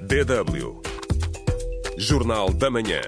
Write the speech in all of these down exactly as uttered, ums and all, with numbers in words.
D W. Jornal da Manhã.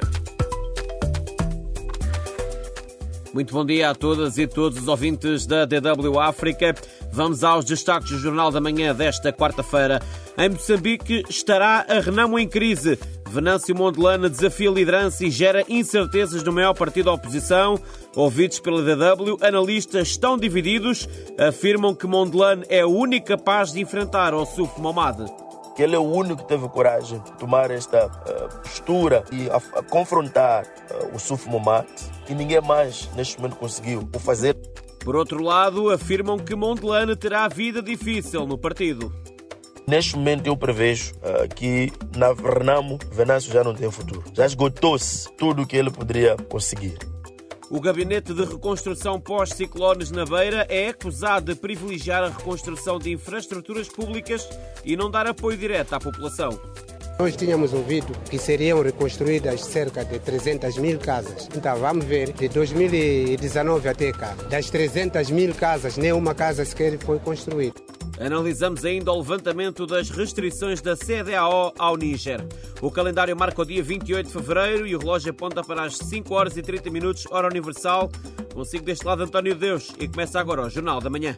Muito bom dia a todas e todos os ouvintes da D W África. Vamos aos destaques do Jornal da Manhã desta quarta-feira. Em Moçambique estará a Renamo em crise. Venâncio Mondlane desafia a liderança e gera incertezas no maior partido da oposição. Ouvidos pela D W, analistas estão divididos. Afirmam que Mondlane é o único capaz de enfrentar Ossuf Momad. Que ele é o único que teve coragem de tomar esta uh, postura e a, a confrontar uh, o Ossuf Momad, e ninguém mais neste momento conseguiu o fazer. Por outro lado, afirmam que Mondlane terá vida difícil no partido. Neste momento eu prevejo uh, que na Renamo Venâncio já não tem futuro. Já esgotou-se tudo o que ele poderia conseguir. O Gabinete de Reconstrução pós-ciclones na Beira é acusado de privilegiar a reconstrução de infraestruturas públicas e não dar apoio direto à população. Nós tínhamos ouvido que seriam reconstruídas cerca de trezentas mil casas. Então vamos ver, de dois mil e dezenove até cá, das trezentas mil casas, nenhuma casa sequer foi construída. Analisamos ainda o levantamento das restrições da C D A O ao Níger. O calendário marca o dia vinte e oito de fevereiro e o relógio aponta para as cinco horas e trinta minutos, hora universal. Consigo deste lado António Deus e começa agora o Jornal da Manhã.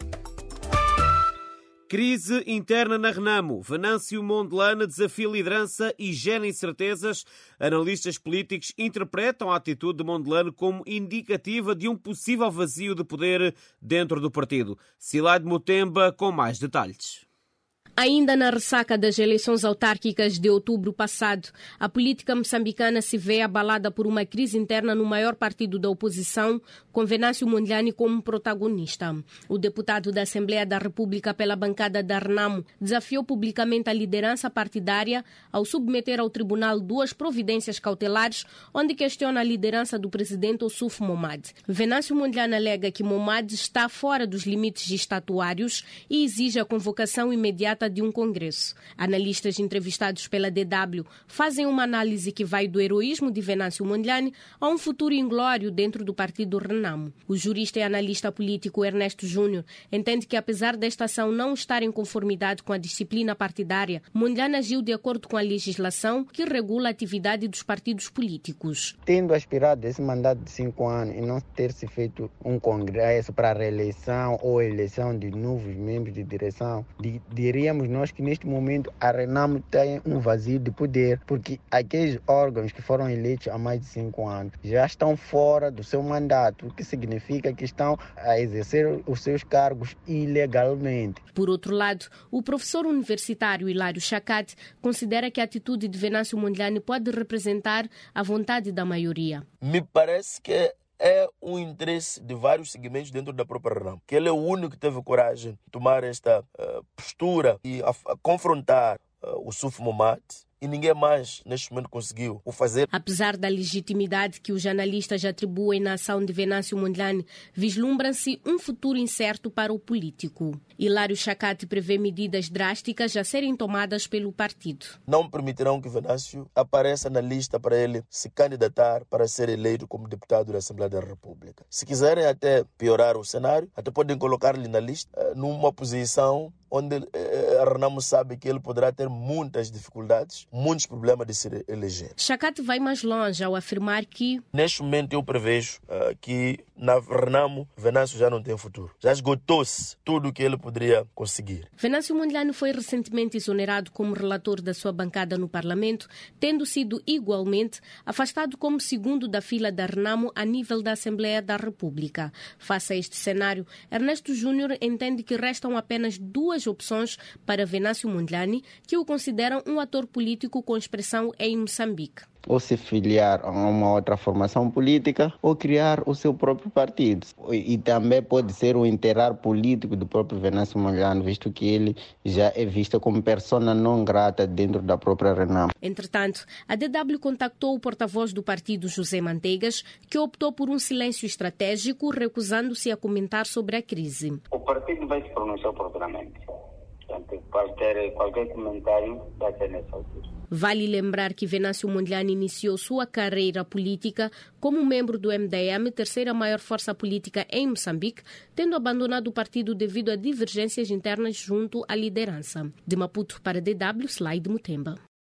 Crise interna na Renamo. Venâncio Mondlane desafia a liderança e gera incertezas. Analistas políticos interpretam a atitude de Mondlane como indicativa de um possível vazio de poder dentro do partido. Silaide Mutemba com mais detalhes. Ainda na ressaca das eleições autárquicas de outubro passado, a política moçambicana se vê abalada por uma crise interna no maior partido da oposição, com Venâncio Mondlane como protagonista. O deputado da Assembleia da República pela bancada da Renamo desafiou publicamente a liderança partidária ao submeter ao tribunal duas providências cautelares, onde questiona a liderança do presidente Ossuf Momad. Venâncio Mondlane alega que Momad está fora dos limites estatuários e exige a convocação imediata de um congresso. Analistas entrevistados pela D W fazem uma análise que vai do heroísmo de Venâncio Mondlane a um futuro inglório dentro do partido Renamo. O jurista e analista político Ernesto Júnior entende que, apesar desta ação não estar em conformidade com a disciplina partidária, Mondlane agiu de acordo com a legislação que regula a atividade dos partidos políticos. Tendo aspirado esse mandato de cinco anos e não ter se feito um congresso para a reeleição ou eleição de novos membros de direção, diríamos nós que neste momento a Renamo tem um vazio de poder, porque aqueles órgãos que foram eleitos há mais de cinco anos já estão fora do seu mandato, o que significa que estão a exercer os seus cargos ilegalmente. Por outro lado, o professor universitário Hilário Chacate considera que a atitude de Venâncio Mondlane pode representar a vontade da maioria. Me parece que é um interesse de vários segmentos dentro da própria Renamo, que ele é o único que teve coragem de tomar esta uh, postura e a, a confrontar uh, o Ossuf Momad, e ninguém mais neste momento conseguiu o fazer. Apesar da legitimidade que os analistas atribuem na ação de Venâncio Mondlane, vislumbra-se um futuro incerto para o político. Hilário Chacate prevê medidas drásticas a serem tomadas pelo partido. Não permitirão que Venâncio apareça na lista para ele se candidatar para ser eleito como deputado da Assembleia da República. Se quiserem até piorar o cenário, até podem colocar-lhe na lista uh, numa posição onde uh, a Renamo sabe que ele poderá ter muitas dificuldades, muitos problemas de se eleger. Chacate vai mais longe ao afirmar que... Neste momento eu prevejo uh, que na Renamo Venâncio já não tem futuro. Já esgotou-se tudo o que ele poderia conseguir. Venâncio Mondlane foi recentemente exonerado como relator da sua bancada no Parlamento, tendo sido igualmente afastado como segundo da fila da Renamo a nível da Assembleia da República. Face a este cenário, Ernesto Júnior entende que restam apenas duas opções para Venâncio Mondlane, que o consideram um ator político com expressão em Moçambique. Ou se filiar a uma outra formação política ou criar o seu próprio partido. E também pode ser o enterrar político do próprio Venâncio Mondlane, visto que ele já é visto como persona não grata dentro da própria Renamo. Entretanto, a D W contactou o porta-voz do partido, José Manteigas, que optou por um silêncio estratégico, recusando-se a comentar sobre a crise. O partido vai se pronunciar oportunamente. Portanto, qualquer, qualquer comentário vai ser nessa altura. Vale lembrar que Venâncio Mondlane iniciou sua carreira política como membro do M D M, terceira maior força política em Moçambique, tendo abandonado o partido devido a divergências internas junto à liderança. De Maputo para D W, Silaide Mutemba.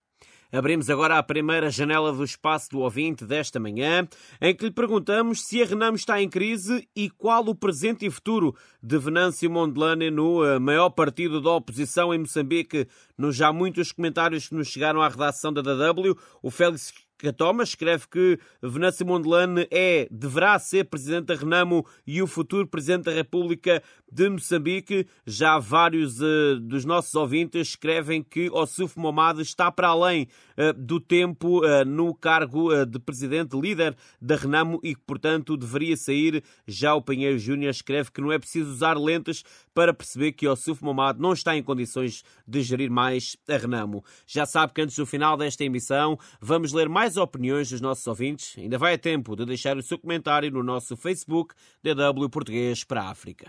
Abrimos agora a primeira janela do espaço do ouvinte desta manhã, em que lhe perguntamos se a Renamo está em crise e qual o presente e futuro de Venâncio Mondlane no maior partido da oposição em Moçambique. Nos já muitos comentários que nos chegaram à redação da D W, o Félix Catoma escreve que Venâncio Mondlane é, deverá ser Presidente da Renamo e o futuro Presidente da República de Moçambique. Já vários uh, dos nossos ouvintes escrevem que Ossuf Momad está para além uh, do tempo uh, no cargo uh, de Presidente, líder da Renamo e que, portanto, deveria sair. Já o Pinheiro Júnior escreve que não é preciso usar lentes para perceber que Ossuf Momad não está em condições de gerir mais a Renamo. Já sabe que antes do final desta emissão vamos ler mais Mais opiniões dos nossos ouvintes. Ainda vai a tempo de deixar o seu comentário no nosso Facebook D W Português para a África.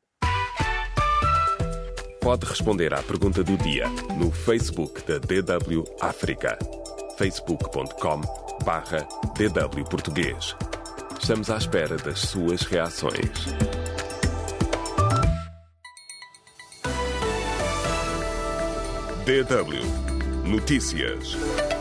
Pode responder à pergunta do dia no Facebook da D W África. facebook ponto com barra D W Português. Estamos à espera das suas reações. D W Notícias.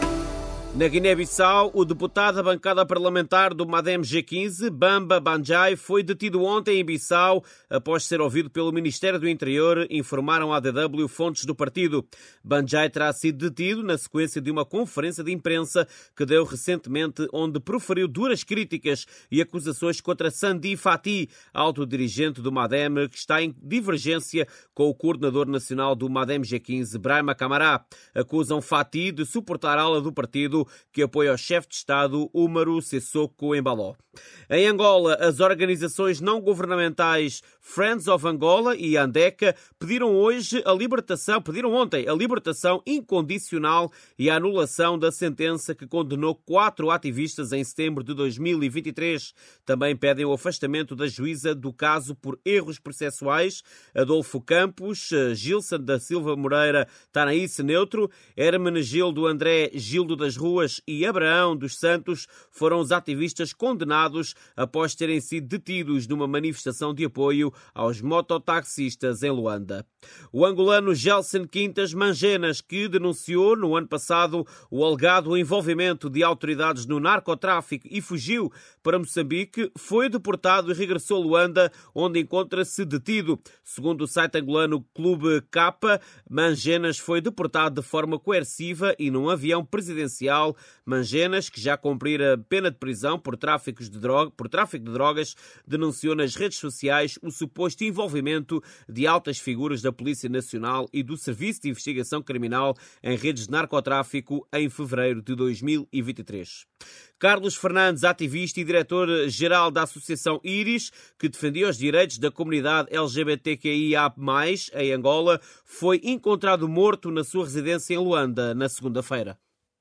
Na Guiné-Bissau, o deputado da bancada parlamentar do MADEM G quinze, Bamba Banjai, foi detido ontem em Bissau após ser ouvido pelo Ministério do Interior, informaram à D W fontes do partido. Banjai terá sido detido na sequência de uma conferência de imprensa que deu recentemente, onde proferiu duras críticas e acusações contra Sandi Fati, alto dirigente do MADEM, que está em divergência com o coordenador nacional do MADEM G quinze, Brahma Camará. Acusam Fati de suportar a ala do partido que apoia o chefe de Estado, Umaru Sissoko Embaló. Em Angola, as organizações não governamentais Friends of Angola e Andeca pediram hoje a libertação, pediram ontem a libertação incondicional e a anulação da sentença que condenou quatro ativistas em setembro de dois mil e vinte e três. Também pedem o afastamento da juíza do caso por erros processuais. Adolfo Campos, Gilson da Silva Moreira, Tanaíse Neutro, Hermenegildo André Gildo das Ruas e Abraão dos Santos foram os ativistas condenados após terem sido detidos numa manifestação de apoio aos mototaxistas em Luanda. O angolano Gelson Quintas Mangenas, que denunciou no ano passado o alegado envolvimento de autoridades no narcotráfico e fugiu para Moçambique, foi deportado e regressou a Luanda, onde encontra-se detido. Segundo o site angolano Clube Capa, Mangenas foi deportado de forma coerciva e num avião presidencial. Mangenas, que já cumprira pena de prisão por tráfico de drogas, por tráfico de drogas, denunciou nas redes sociais o suposto envolvimento de altas figuras da Polícia Nacional e do Serviço de Investigação Criminal em redes de narcotráfico em fevereiro de dois mil e vinte e três. Carlos Fernandes, ativista e diretor-geral da Associação Íris, que defendia os direitos da comunidade L G B T Q I A mais, em Angola, foi encontrado morto na sua residência em Luanda na segunda-feira.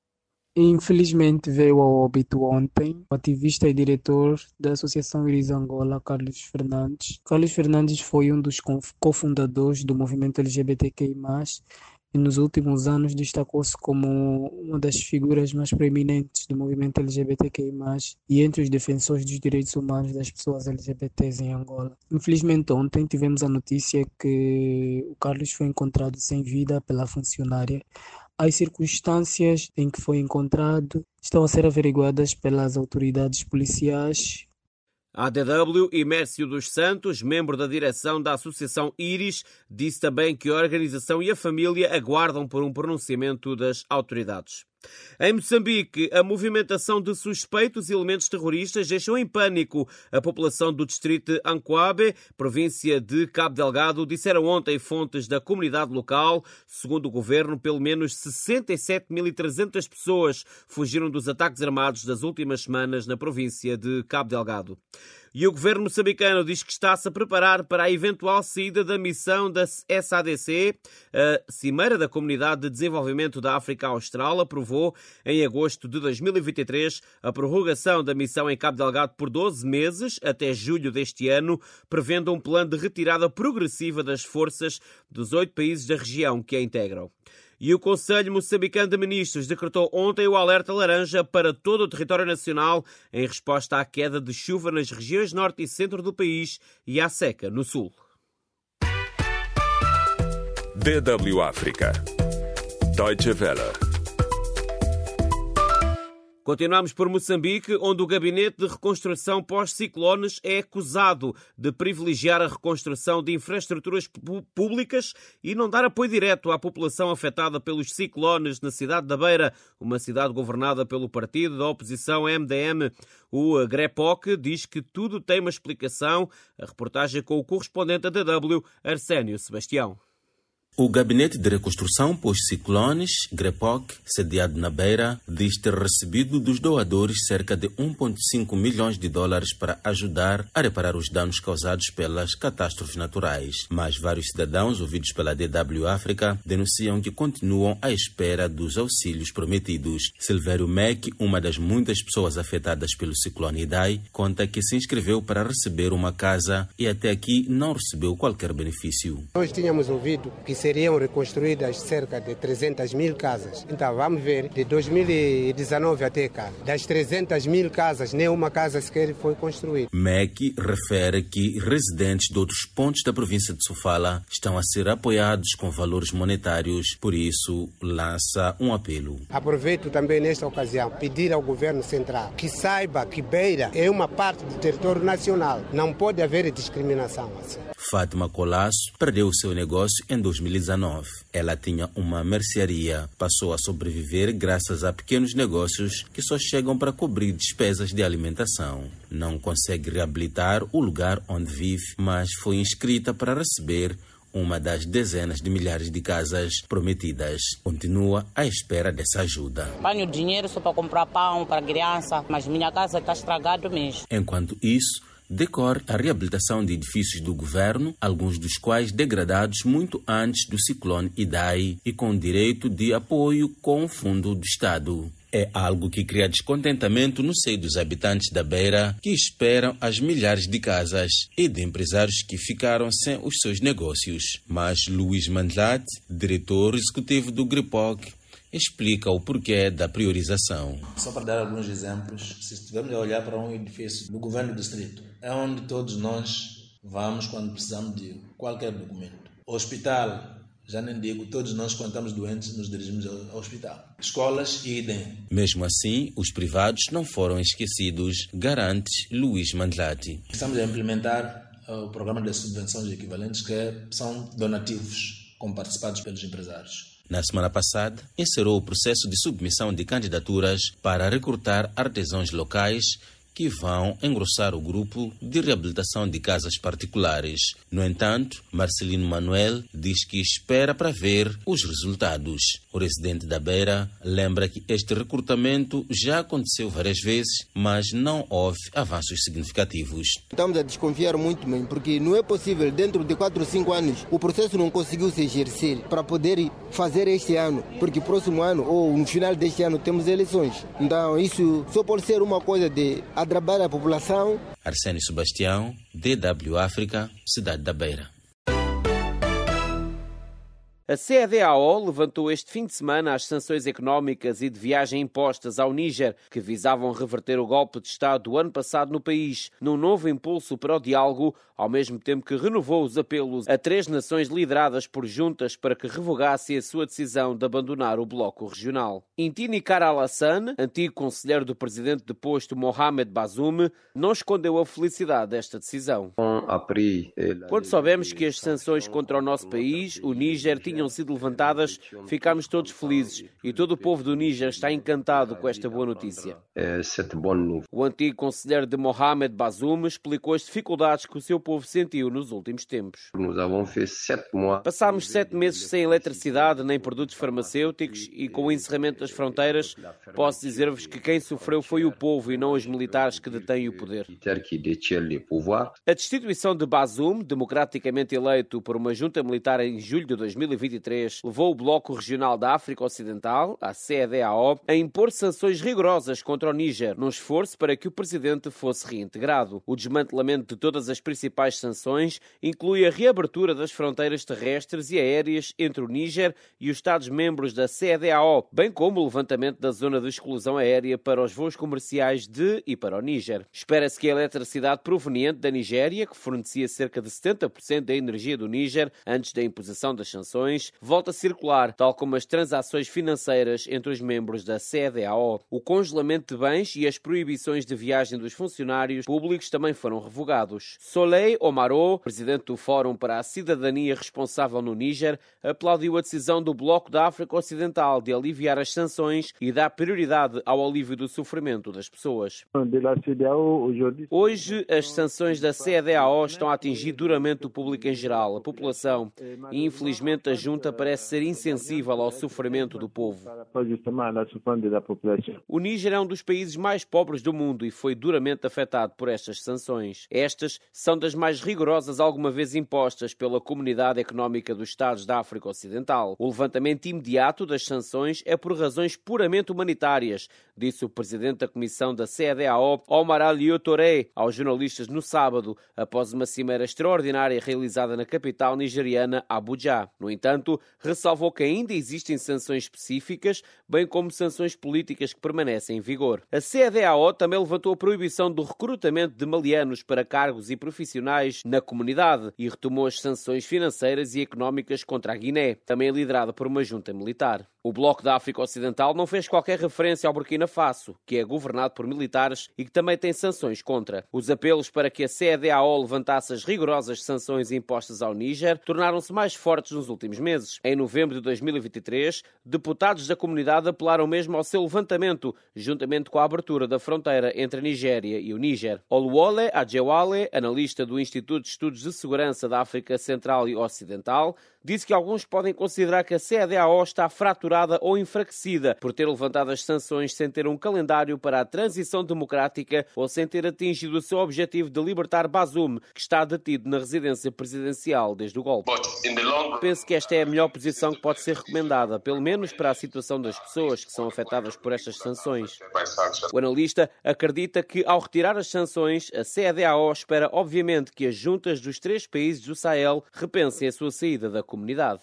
Infelizmente veio ao óbito ontem o ativista e diretor da Associação Íris Angola, Carlos Fernandes. Carlos Fernandes foi um dos cofundadores do movimento L G B T Q I mais, e nos últimos anos destacou-se como uma das figuras mais proeminentes do movimento L G B T Q I mais, e entre os defensores dos direitos humanos das pessoas L G B Ts em Angola. Infelizmente ontem tivemos a notícia que o Carlos foi encontrado sem vida pela funcionária. As circunstâncias em que foi encontrado estão a ser averiguadas pelas autoridades policiais. A D W e Mércio dos Santos, membro da direção da Associação Íris, disse também que a organização e a família aguardam por um pronunciamento das autoridades. Em Moçambique, a movimentação de suspeitos elementos terroristas deixou em pânico a população do distrito de Ancoabe, província de Cabo Delgado, disseram ontem fontes da comunidade local. Segundo o governo, pelo menos sessenta e sete mil e trezentas pessoas fugiram dos ataques armados das últimas semanas na província de Cabo Delgado. E o governo moçambicano diz que está-se a preparar para a eventual saída da missão da S A D C. A Cimeira da Comunidade de Desenvolvimento da África Austral aprovou, em agosto de dois mil e vinte e três, a prorrogação da missão em Cabo Delgado por doze meses, até julho deste ano, prevendo um plano de retirada progressiva das forças dos oito países da região que a integram. E o Conselho Moçambicano de Ministros decretou ontem o alerta laranja para todo o território nacional em resposta à queda de chuva nas regiões norte e centro do país e à seca no sul. D W África. Deutsche Welle. Continuamos por Moçambique, onde o Gabinete de Reconstrução pós-ciclones é acusado de privilegiar a reconstrução de infraestruturas públicas e não dar apoio direto à população afetada pelos ciclones na cidade da Beira, uma cidade governada pelo partido da oposição M D M. O GREPOC diz que tudo tem uma explicação. A reportagem com o correspondente da D W, Arsénio Sebastião. O Gabinete de Reconstrução pós-ciclones, GREPOC, sediado na Beira, diz ter recebido dos doadores cerca de um vírgula cinco milhões de dólares para ajudar a reparar os danos causados pelas catástrofes naturais. Mas vários cidadãos ouvidos pela D W África denunciam que continuam à espera dos auxílios prometidos. Silvério Meck, uma das muitas pessoas afetadas pelo ciclone Idai, conta que se inscreveu para receber uma casa e até aqui não recebeu qualquer benefício. Nós tínhamos ouvido que seriam reconstruídas cerca de trezentas mil casas. Então vamos ver, de dois mil e dezenove até cá, das trezentas mil casas, nenhuma casa sequer foi construída. Meck refere que residentes de outros pontos da província de Sofala estão a ser apoiados com valores monetários, por isso lança um apelo. Aproveito também nesta ocasião pedir ao governo central que saiba que Beira é uma parte do território nacional. Não pode haver discriminação assim. Fátima Colasso perdeu o seu negócio em dois mil e dezenove. Ela tinha uma mercearia, passou a sobreviver graças a pequenos negócios que só chegam para cobrir despesas de alimentação. Não consegue reabilitar o lugar onde vive, mas foi inscrita para receber uma das dezenas de milhares de casas prometidas. Continua à espera dessa ajuda. Tenho dinheiro só para comprar pão para a criança, mas minha casa está estragada mesmo. Enquanto isso, decorre a reabilitação de edifícios do governo, alguns dos quais degradados muito antes do ciclone Idai e com direito de apoio com o fundo do Estado. É algo que cria descontentamento no seio dos habitantes da Beira, que esperam as milhares de casas, e de empresários que ficaram sem os seus negócios. Mas Luís Mandlate, diretor executivo do GREPOC, explica o porquê da priorização. Só para dar alguns exemplos, se estivermos a olhar para um edifício do governo do distrito, é onde todos nós vamos quando precisamos de qualquer documento. O hospital, já nem digo, todos nós quando estamos doentes nos dirigimos ao hospital. Escolas e idem. Mesmo assim, os privados não foram esquecidos, garante Luís Mandlati. Estamos a implementar o programa de subvenções equivalentes, que são donativos, como participados pelos empresários. Na semana passada, encerrou o processo de submissão de candidaturas para recrutar artesãos locais que vão engrossar o grupo de reabilitação de casas particulares. No entanto, Marcelino Manuel diz que espera para ver os resultados. O residente da Beira lembra que este recrutamento já aconteceu várias vezes, mas não houve avanços significativos. Estamos a desconfiar muito, bem, porque não é possível, dentro de quatro ou cinco anos, o processo não conseguiu se exercer para poder fazer este ano, porque próximo ano, ou no final deste ano, temos eleições. Então, isso só pode ser uma coisa de trabalhar a população. Arsénio Sebastião, D W África, Cidade da Beira. A C E D A O levantou este fim de semana as sanções económicas e de viagem impostas ao Níger, que visavam reverter o golpe de Estado do ano passado no país, num novo impulso para o diálogo, ao mesmo tempo que renovou os apelos a três nações lideradas por juntas para que revogassem a sua decisão de abandonar o bloco regional. Intini Kara Alassane, antigo conselheiro do presidente deposto Mohamed Bazoum, não escondeu a felicidade desta decisão. Quando soubemos que as sanções contra o nosso país, o Níger, tinham sido levantadas, ficámos todos felizes e todo o povo do Níger está encantado com esta boa notícia. O antigo conselheiro de Mohamed Bazoum explicou as dificuldades que o seu povo sentiu nos últimos tempos. Passámos sete meses sem eletricidade nem produtos farmacêuticos e com o encerramento das fronteiras, posso dizer-vos que quem sofreu foi o povo e não os militares que detêm o poder. A destituição de Bazoum, democraticamente eleito por uma junta militar em julho de dois mil e vinte e três, levou o Bloco Regional da África Ocidental, a C E D A O, a impor sanções rigorosas contra o Níger, num esforço para que o presidente fosse reintegrado. O desmantelamento de todas as principais sanções inclui a reabertura das fronteiras terrestres e aéreas entre o Níger e os Estados-membros da C E D A O, bem como o levantamento da zona de exclusão aérea para os voos comerciais de e para o Níger. Espera-se que a eletricidade proveniente da Nigéria, que fornecia cerca de setenta por cento da energia do Níger antes da imposição das sanções, sanções volta a circular, tal como as transações financeiras entre os membros da C E D A O. O congelamento de bens e as proibições de viagem dos funcionários públicos também foram revogados. Soleil Omaro, presidente do Fórum para a Cidadania Responsável no Níger, aplaudiu a decisão do Bloco da África Ocidental de aliviar as sanções e dar prioridade ao alívio do sofrimento das pessoas. Hoje, as sanções da C E D A O estão a atingir duramente o público em geral, a população, e infelizmente a junta parece ser insensível ao sofrimento do povo. O Níger é um dos países mais pobres do mundo e foi duramente afetado por estas sanções. Estas são das mais rigorosas alguma vez impostas pela Comunidade Económica dos Estados da África Ocidental. O levantamento imediato das sanções é por razões puramente humanitárias, disse o presidente da Comissão da C E D A O, Omar Aliou Touré, aos jornalistas no sábado, após uma cimeira extraordinária realizada na capital nigeriana, Abuja. No entanto, ressalvou que ainda existem sanções específicas, bem como sanções políticas que permanecem em vigor. A C E D A O também levantou a proibição do recrutamento de malianos para cargos e profissionais na comunidade e retomou as sanções financeiras e económicas contra a Guiné, também liderada por uma junta militar. O Bloco da África Ocidental não fez qualquer referência ao Burkina Faso, que é governado por militares e que também tem sanções contra. Os apelos para que a C E D A O levantasse as rigorosas sanções impostas ao Níger tornaram-se mais fortes nos últimos meses. Em novembro de dois mil e vinte e três, deputados da comunidade apelaram mesmo ao seu levantamento, juntamente com a abertura da fronteira entre a Nigéria e o Níger. Oluwole Ajewale, analista do Instituto de Estudos de Segurança da África Central e Ocidental, disse que alguns podem considerar que a C E D A O está fraturada ou enfraquecida por ter levantado as sanções sem ter um calendário para a transição democrática ou sem ter atingido o seu objetivo de libertar Bazoum, que está detido na residência presidencial desde o golpe. Penso que esta é a melhor posição que pode ser recomendada, pelo menos para a situação das pessoas que são afetadas por estas sanções. O analista acredita que, ao retirar as sanções, a C E D A O espera, obviamente, que as juntas dos três países do Sahel repensem a sua saída da comunidade.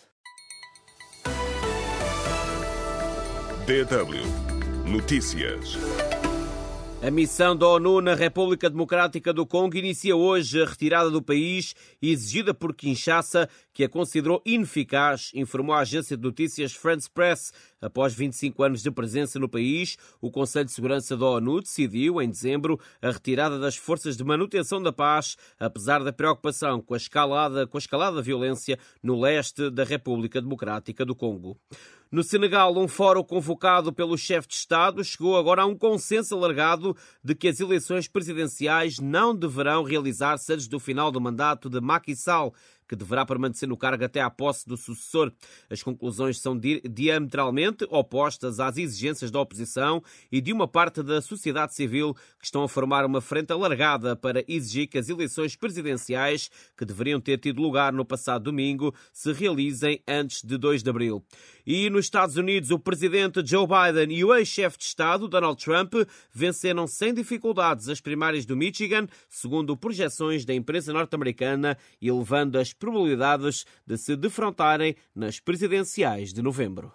D W Notícias. A missão da ONU na República Democrática do Congo inicia hoje a retirada do país, exigida por Kinshasa, que a considerou ineficaz, informou a agência de notícias France Press. Após vinte e cinco anos de presença no país, o Conselho de Segurança da ONU decidiu, em dezembro, a retirada das forças de manutenção da paz, apesar da preocupação com a escalada, com a escalada da violência no leste da República Democrática do Congo. No Senegal, um fórum convocado pelo chefe de Estado chegou agora a um consenso alargado de que as eleições presidenciais não deverão realizar-se antes do final do mandato de Macky Sall, que deverá permanecer no cargo até à posse do sucessor. As conclusões são diametralmente opostas às exigências da oposição e de uma parte da sociedade civil, que estão a formar uma frente alargada para exigir que as eleições presidenciais, que deveriam ter tido lugar no passado domingo, se realizem antes de dois de abril. E nos Estados Unidos, o presidente Joe Biden e o ex-chefe de Estado, Donald Trump, venceram sem dificuldades as primárias do Michigan, segundo projeções da imprensa norte-americana, e elevando as probabilidades de se defrontarem nas presidenciais de novembro.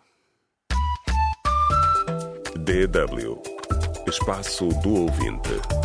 D W Espaço do Ouvinte.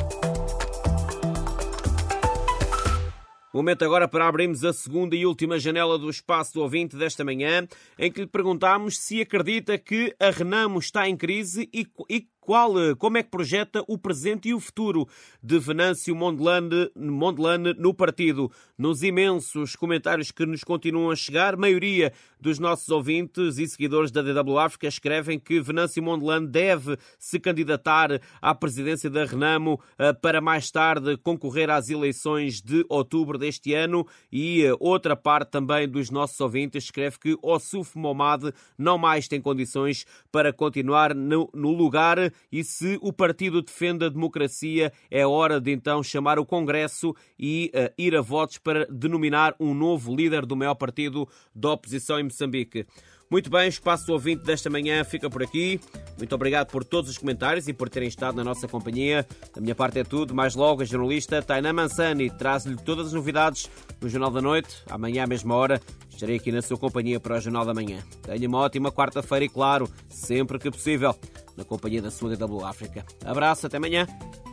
Momento agora para abrirmos a segunda e última janela do Espaço do Ouvinte desta manhã, em que lhe perguntamos se acredita que a Renamo está em crise e, e qual, como é que projeta o presente e o futuro de Venâncio Mondlane, Mondlane no partido. Nos imensos comentários que nos continuam a chegar, a maioria dos nossos ouvintes e seguidores da D W África escrevem que Venâncio Mondlane deve se candidatar à presidência da Renamo para mais tarde concorrer às eleições de outubro deste ano, e outra parte também dos nossos ouvintes escreve que Ossuf Momad não mais tem condições para continuar no, no lugar, e se o partido defende a democracia, é hora de então chamar o Congresso e uh, ir a votos para denominar um novo líder do maior partido da oposição em Moçambique. Muito bem, o Espaço do Ouvinte desta manhã fica por aqui. Muito obrigado por todos os comentários e por terem estado na nossa companhia. Da minha parte é tudo. Mais logo, a jornalista Tainá Mansani traz-lhe todas as novidades no Jornal da Noite. Amanhã, à mesma hora, estarei aqui na sua companhia para o Jornal da Manhã. Tenha uma ótima quarta-feira e, claro, sempre que possível, na companhia da sua D W África. Abraço, até amanhã.